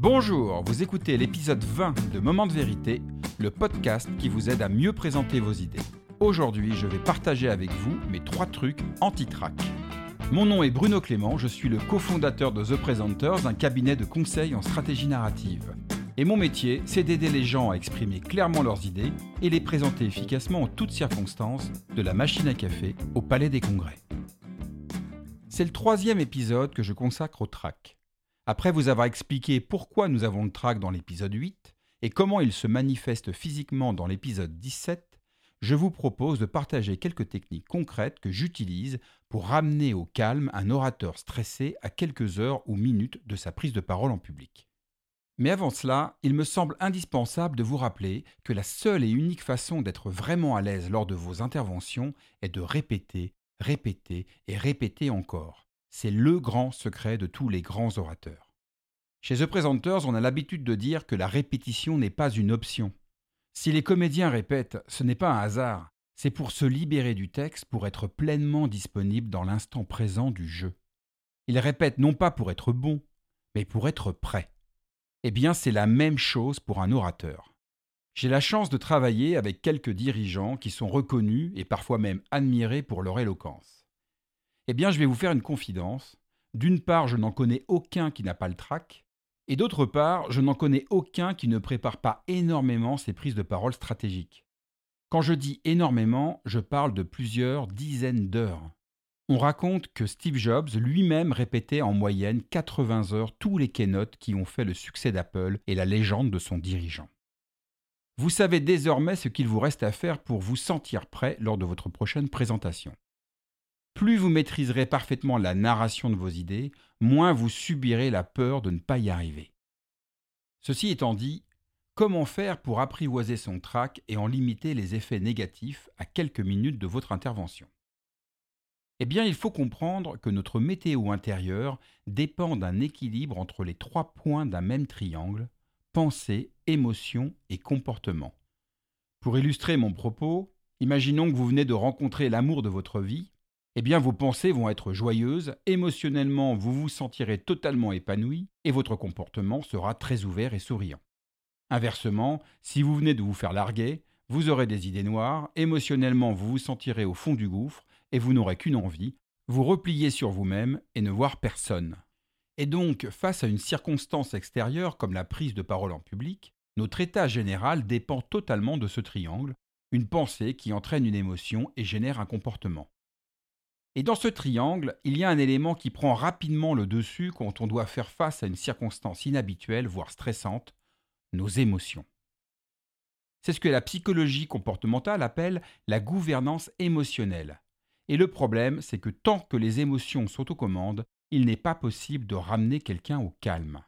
Bonjour, vous écoutez l'épisode 20 de Moment de vérité, le podcast qui vous aide à mieux présenter vos idées. Aujourd'hui, je vais partager avec vous mes 3 trucs anti-trac. Mon nom est Bruno Clément, je suis le cofondateur de The Presenters, un cabinet de conseil en stratégie narrative. Et mon métier, c'est d'aider les gens à exprimer clairement leurs idées et les présenter efficacement en toutes circonstances, de la machine à café au palais des congrès. C'est le 3e épisode que je consacre au trac. Après vous avoir expliqué pourquoi nous avons le trac dans l'épisode 8 et comment il se manifeste physiquement dans l'épisode 17, je vous propose de partager quelques techniques concrètes que j'utilise pour ramener au calme un orateur stressé à quelques heures ou minutes de sa prise de parole en public. Mais avant cela, il me semble indispensable de vous rappeler que la seule et unique façon d'être vraiment à l'aise lors de vos interventions est de répéter, répéter et répéter encore. C'est le grand secret de tous les grands orateurs. Chez The Presenters, on a l'habitude de dire que la répétition n'est pas une option. Si les comédiens répètent, ce n'est pas un hasard, c'est pour se libérer du texte, pour être pleinement disponible dans l'instant présent du jeu. Ils répètent non pas pour être bons, mais pour être prêts. Eh bien, c'est la même chose pour un orateur. J'ai la chance de travailler avec quelques dirigeants qui sont reconnus et parfois même admirés pour leur éloquence. Eh bien, je vais vous faire une confidence. D'une part, je n'en connais aucun qui n'a pas le trac, et d'autre part, je n'en connais aucun qui ne prépare pas énormément ses prises de parole stratégiques. Quand je dis énormément, je parle de plusieurs dizaines d'heures. On raconte que Steve Jobs lui-même répétait en moyenne 80 heures tous les keynotes qui ont fait le succès d'Apple et la légende de son dirigeant. Vous savez désormais ce qu'il vous reste à faire pour vous sentir prêt lors de votre prochaine présentation. Plus vous maîtriserez parfaitement la narration de vos idées, moins vous subirez la peur de ne pas y arriver. Ceci étant dit, comment faire pour apprivoiser son trac et en limiter les effets négatifs à quelques minutes de votre intervention ? Eh bien, il faut comprendre que notre météo intérieure dépend d'un équilibre entre les 3 points d'un même triangle, pensée, émotion et comportement. Pour illustrer mon propos, imaginons que vous venez de rencontrer l'amour de votre vie. Eh bien, vos pensées vont être joyeuses, émotionnellement, vous vous sentirez totalement épanoui et votre comportement sera très ouvert et souriant. Inversement, si vous venez de vous faire larguer, vous aurez des idées noires, émotionnellement, vous vous sentirez au fond du gouffre et vous n'aurez qu'une envie, vous replier sur vous-même et ne voir personne. Et donc, face à une circonstance extérieure comme la prise de parole en public, notre état général dépend totalement de ce triangle, une pensée qui entraîne une émotion et génère un comportement. Et dans ce triangle, il y a un élément qui prend rapidement le dessus quand on doit faire face à une circonstance inhabituelle, voire stressante, nos émotions. C'est ce que la psychologie comportementale appelle la gouvernance émotionnelle. Et le problème, c'est que tant que les émotions sont aux commandes, il n'est pas possible de ramener quelqu'un au calme.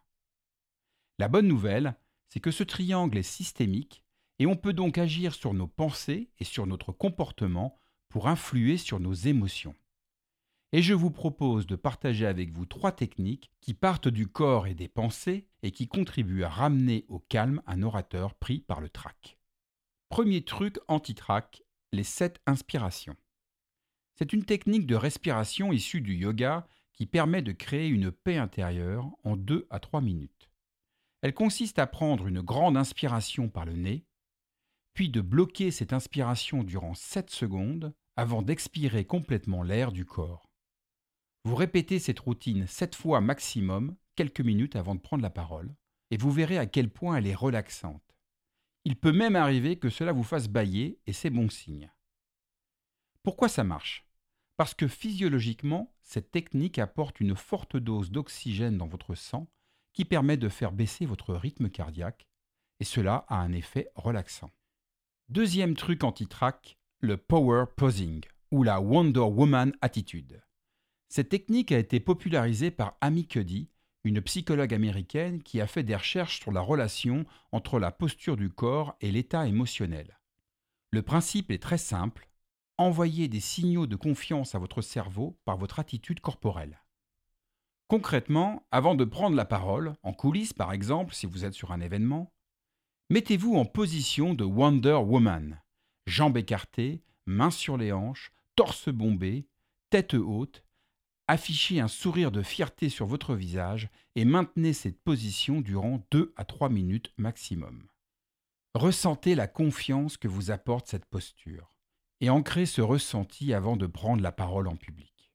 La bonne nouvelle, c'est que ce triangle est systémique et on peut donc agir sur nos pensées et sur notre comportement pour influer sur nos émotions. Et je vous propose de partager avec vous 3 techniques qui partent du corps et des pensées et qui contribuent à ramener au calme un orateur pris par le trac. Premier truc anti-trac, les 7 inspirations. C'est une technique de respiration issue du yoga qui permet de créer une paix intérieure en 2 à 3 minutes. Elle consiste à prendre une grande inspiration par le nez, puis de bloquer cette inspiration durant 7 secondes avant d'expirer complètement l'air du corps. Vous répétez cette routine 7 fois maximum, quelques minutes avant de prendre la parole, et vous verrez à quel point elle est relaxante. Il peut même arriver que cela vous fasse bâiller, et c'est bon signe. Pourquoi ça marche ? Parce que physiologiquement, cette technique apporte une forte dose d'oxygène dans votre sang qui permet de faire baisser votre rythme cardiaque, et cela a un effet relaxant. Deuxième truc anti-trac, le power posing, ou la Wonder Woman attitude. Cette technique a été popularisée par Amy Cuddy, une psychologue américaine qui a fait des recherches sur la relation entre la posture du corps et l'état émotionnel. Le principe est très simple, envoyez des signaux de confiance à votre cerveau par votre attitude corporelle. Concrètement, avant de prendre la parole, en coulisses par exemple si vous êtes sur un événement, mettez-vous en position de Wonder Woman, jambes écartées, mains sur les hanches, torse bombé, tête haute, Affichez un sourire de fierté sur votre visage et maintenez cette position durant 2 à 3 minutes maximum. Ressentez la confiance que vous apporte cette posture et ancrez ce ressenti avant de prendre la parole en public.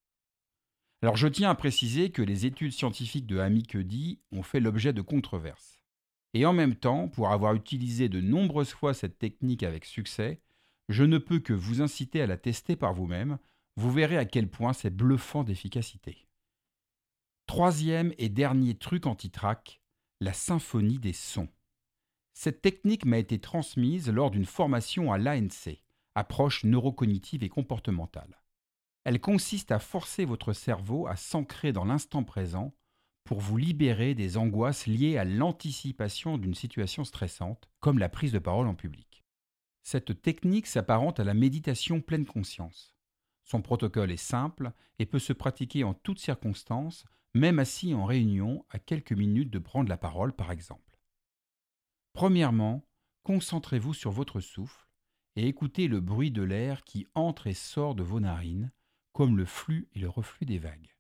Alors je tiens à préciser que les études scientifiques de Amicudi ont fait l'objet de controverses. Et en même temps, pour avoir utilisé de nombreuses fois cette technique avec succès, je ne peux que vous inciter à la tester par vous-même. Vous verrez à quel point c'est bluffant d'efficacité. Troisième et dernier truc anti-trac, la symphonie des sons. Cette technique m'a été transmise lors d'une formation à l'ANC, approche neurocognitive et comportementale. Elle consiste à forcer votre cerveau à s'ancrer dans l'instant présent pour vous libérer des angoisses liées à l'anticipation d'une situation stressante, comme la prise de parole en public. Cette technique s'apparente à la méditation pleine conscience. Son protocole est simple et peut se pratiquer en toutes circonstances, même assis en réunion à quelques minutes de prendre la parole par exemple. Premièrement, concentrez-vous sur votre souffle et écoutez le bruit de l'air qui entre et sort de vos narines, comme le flux et le reflux des vagues.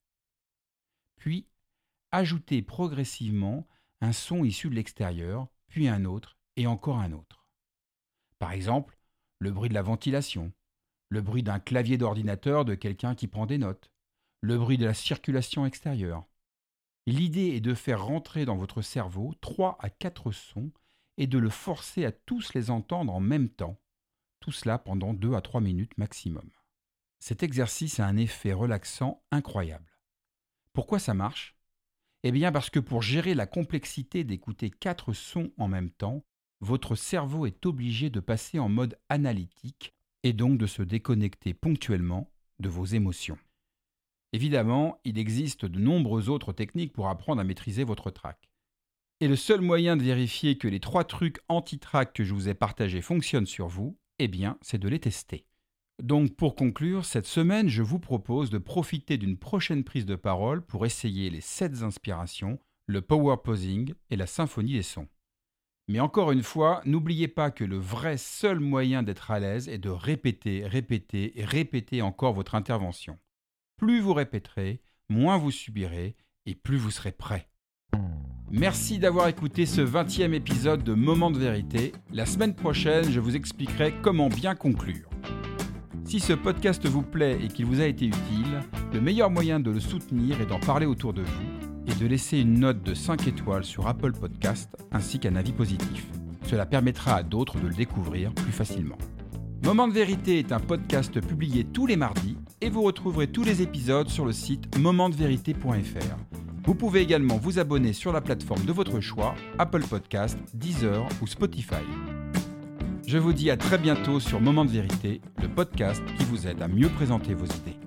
Puis, ajoutez progressivement un son issu de l'extérieur, puis un autre et encore un autre. Par exemple, le bruit de la ventilation, le bruit d'un clavier d'ordinateur de quelqu'un qui prend des notes, le bruit de la circulation extérieure. L'idée est de faire rentrer dans votre cerveau 3 à 4 sons et de le forcer à tous les entendre en même temps, tout cela pendant 2 à 3 minutes maximum. Cet exercice a un effet relaxant incroyable. Pourquoi ça marche ? Eh bien parce que pour gérer la complexité d'écouter 4 sons en même temps, votre cerveau est obligé de passer en mode analytique et donc de se déconnecter ponctuellement de vos émotions. Évidemment, il existe de nombreuses autres techniques pour apprendre à maîtriser votre trac. Et le seul moyen de vérifier que les 3 trucs anti-trac que je vous ai partagés fonctionnent sur vous, eh bien, c'est de les tester. Donc pour conclure, cette semaine, je vous propose de profiter d'une prochaine prise de parole pour essayer les 7 inspirations, le power posing et la symphonie des sons. Mais encore une fois, n'oubliez pas que le vrai seul moyen d'être à l'aise est de répéter, répéter et répéter encore votre intervention. Plus vous répéterez, moins vous subirez et plus vous serez prêt. Merci d'avoir écouté ce 20e épisode de Moment de vérité. La semaine prochaine, je vous expliquerai comment bien conclure. Si ce podcast vous plaît et qu'il vous a été utile, le meilleur moyen de le soutenir est d'en parler autour de vous et de laisser une note de 5 étoiles sur Apple Podcast ainsi qu'un avis positif. Cela permettra à d'autres de le découvrir plus facilement. Moment de vérité est un podcast publié tous les mardis et vous retrouverez tous les épisodes sur le site momentdevérité.fr. Vous pouvez également vous abonner sur la plateforme de votre choix, Apple Podcast, Deezer ou Spotify. Je vous dis à très bientôt sur Moment de vérité, le podcast qui vous aide à mieux présenter vos idées.